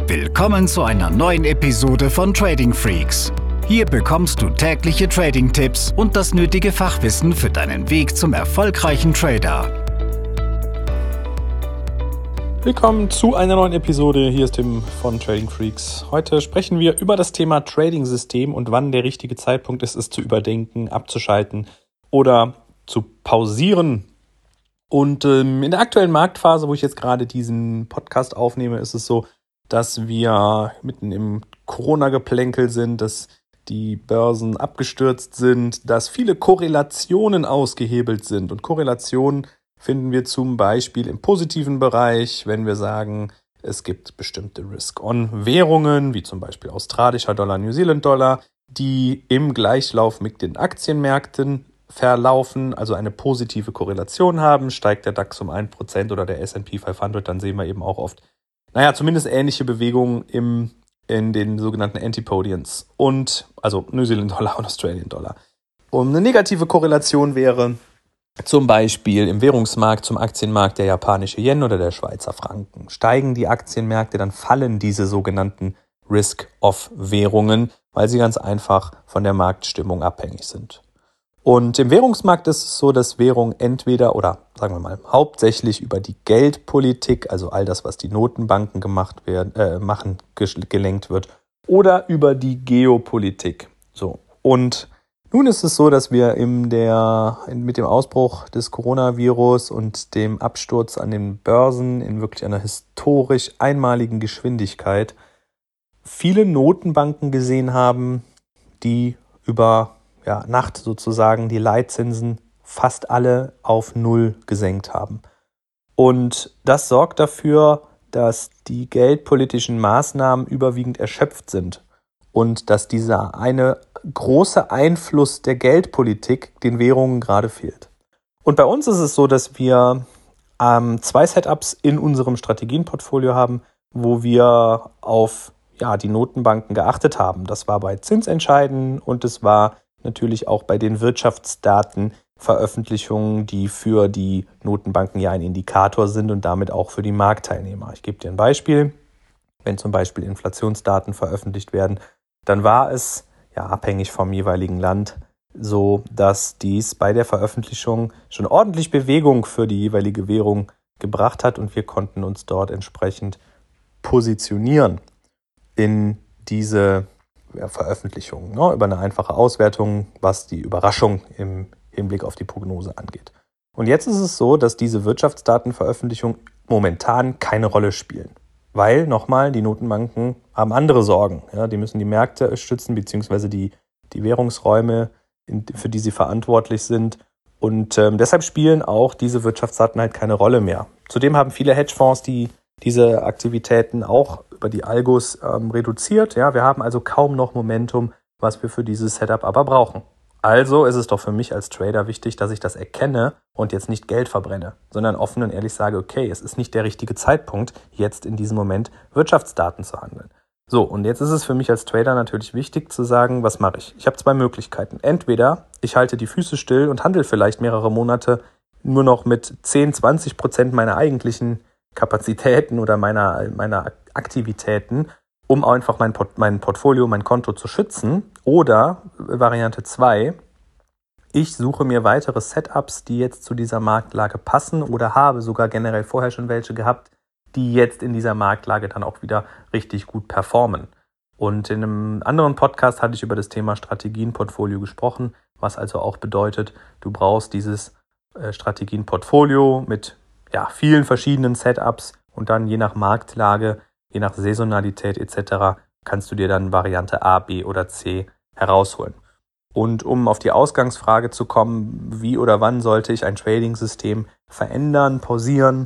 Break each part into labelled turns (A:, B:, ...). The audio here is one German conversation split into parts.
A: Willkommen zu einer neuen Episode von Trading Freaks. Hier bekommst du tägliche Trading-Tipps und das nötige Fachwissen für deinen Weg zum erfolgreichen Trader.
B: Willkommen zu einer neuen Episode. Hier ist Tim von Trading Freaks. Heute sprechen wir über das Thema Trading-System und wann der richtige Zeitpunkt ist, es zu überdenken, abzuschalten oder zu pausieren. Und in der aktuellen Marktphase, wo ich jetzt gerade diesen Podcast aufnehme, ist es so, dass wir mitten im Corona-Geplänkel sind, dass die Börsen abgestürzt sind, dass viele Korrelationen ausgehebelt sind. Und Korrelationen finden wir zum Beispiel im positiven Bereich, wenn wir sagen, es gibt bestimmte Risk-on-Währungen, wie zum Beispiel australischer Dollar, New Zealand Dollar, die im Gleichlauf mit den Aktienmärkten verlaufen, also eine positive Korrelation haben. Steigt der DAX um 1% oder der S&P 500, dann sehen wir eben auch oft zumindest ähnliche Bewegungen in den sogenannten Antipodians und also New Zealand Dollar und Australian Dollar. Und eine negative Korrelation wäre zum Beispiel im Währungsmarkt zum Aktienmarkt der japanische Yen oder der Schweizer Franken. Steigen die Aktienmärkte, dann fallen diese sogenannten Risk-off-Währungen, weil sie ganz einfach von der Marktstimmung abhängig sind. Und im Währungsmarkt ist es so, dass Währungen entweder oder sagen wir mal hauptsächlich über die Geldpolitik, also all das, was die Notenbanken gelenkt wird, oder über die Geopolitik. So. Und nun ist es so, dass wir mit dem Ausbruch des Coronavirus und dem Absturz an den Börsen in wirklich einer historisch einmaligen Geschwindigkeit viele Notenbanken gesehen haben, die über Nacht sozusagen die Leitzinsen fast alle auf Null gesenkt haben. Und das sorgt dafür, dass die geldpolitischen Maßnahmen überwiegend erschöpft sind und dass dieser eine große Einfluss der Geldpolitik den Währungen gerade fehlt. Und bei uns ist es so, dass wir 2 Setups in unserem Strategienportfolio haben, wo wir auf die Notenbanken geachtet haben. Das war bei Zinsentscheiden und es war natürlich auch bei den Wirtschaftsdatenveröffentlichungen, die für die Notenbanken ja ein Indikator sind und damit auch für die Marktteilnehmer. Ich gebe dir ein Beispiel. Wenn zum Beispiel Inflationsdaten veröffentlicht werden, dann war es abhängig vom jeweiligen Land so, dass dies bei der Veröffentlichung schon ordentlich Bewegung für die jeweilige Währung gebracht hat und wir konnten uns dort entsprechend positionieren in diese Veröffentlichungen, über eine einfache Auswertung, was die Überraschung im Hinblick auf die Prognose angeht. Und jetzt ist es so, dass diese Wirtschaftsdatenveröffentlichungen momentan keine Rolle spielen, weil nochmal die Notenbanken haben andere Sorgen. Die müssen die Märkte stützen beziehungsweise die Währungsräume, für die sie verantwortlich sind. Und deshalb spielen auch diese Wirtschaftsdaten halt keine Rolle mehr. Zudem haben viele Hedgefonds diese Aktivitäten auch über die Algos reduziert. Wir haben also kaum noch Momentum, was wir für dieses Setup aber brauchen. Also ist es doch für mich als Trader wichtig, dass ich das erkenne und jetzt nicht Geld verbrenne, sondern offen und ehrlich sage, okay, es ist nicht der richtige Zeitpunkt, jetzt in diesem Moment Wirtschaftsdaten zu handeln. So, und jetzt ist es für mich als Trader natürlich wichtig zu sagen, was mache ich? Ich habe 2 Möglichkeiten. Entweder ich halte die Füße still und handle vielleicht mehrere Monate nur noch mit 10-20% meiner eigentlichen Kapazitäten oder meiner Aktivitäten, um einfach mein Portfolio, mein Konto zu schützen. Oder Variante 2, ich suche mir weitere Setups, die jetzt zu dieser Marktlage passen oder habe sogar generell vorher schon welche gehabt, die jetzt in dieser Marktlage dann auch wieder richtig gut performen. Und in einem anderen Podcast hatte ich über das Thema Strategienportfolio gesprochen, was also auch bedeutet, du brauchst dieses Strategienportfolio mit vielen verschiedenen Setups und dann je nach Marktlage, je nach Saisonalität etc. kannst du dir dann Variante A, B oder C herausholen. Und um auf die Ausgangsfrage zu kommen, wie oder wann sollte ich ein Trading-System verändern, pausieren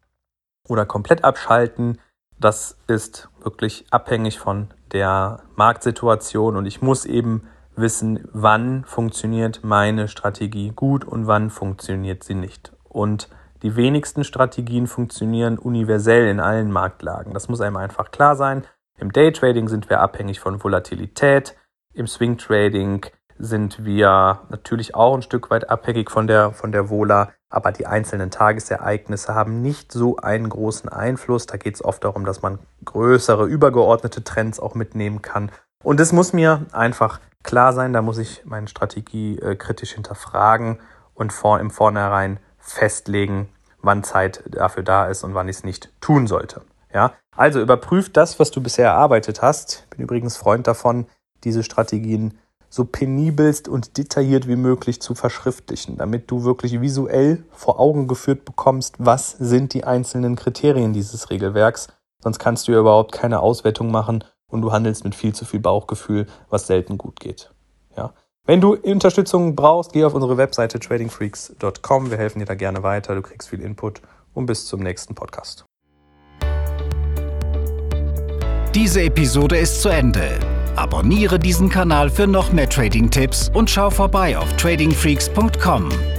B: oder komplett abschalten, das ist wirklich abhängig von der Marktsituation und ich muss eben wissen, wann funktioniert meine Strategie gut und wann funktioniert sie nicht. Und die wenigsten Strategien funktionieren universell in allen Marktlagen. Das muss einem einfach klar sein. Im Daytrading sind wir abhängig von Volatilität. Im Swing-Trading sind wir natürlich auch ein Stück weit abhängig von der Vola. aber die einzelnen Tagesereignisse haben nicht so einen großen Einfluss. Da geht es oft darum, dass man größere, übergeordnete Trends auch mitnehmen kann. Und es muss mir einfach klar sein, da muss ich meine Strategie kritisch hinterfragen und im Vornherein festlegen, wann Zeit dafür da ist und wann ich es nicht tun sollte. Ja? Also überprüf das, was du bisher erarbeitet hast. Ich bin übrigens Freund davon, diese Strategien so penibelst und detailliert wie möglich zu verschriftlichen, damit du wirklich visuell vor Augen geführt bekommst, was sind die einzelnen Kriterien dieses Regelwerks. Sonst kannst du ja überhaupt keine Auswertung machen und du handelst mit viel zu viel Bauchgefühl, was selten gut geht. Ja. Wenn du Unterstützung brauchst, geh auf unsere Webseite tradingfreaks.com. Wir helfen dir da gerne weiter. Du kriegst viel Input und bis zum nächsten Podcast.
A: Diese Episode ist zu Ende. Abonniere diesen Kanal für noch mehr Trading-Tipps und schau vorbei auf tradingfreaks.com.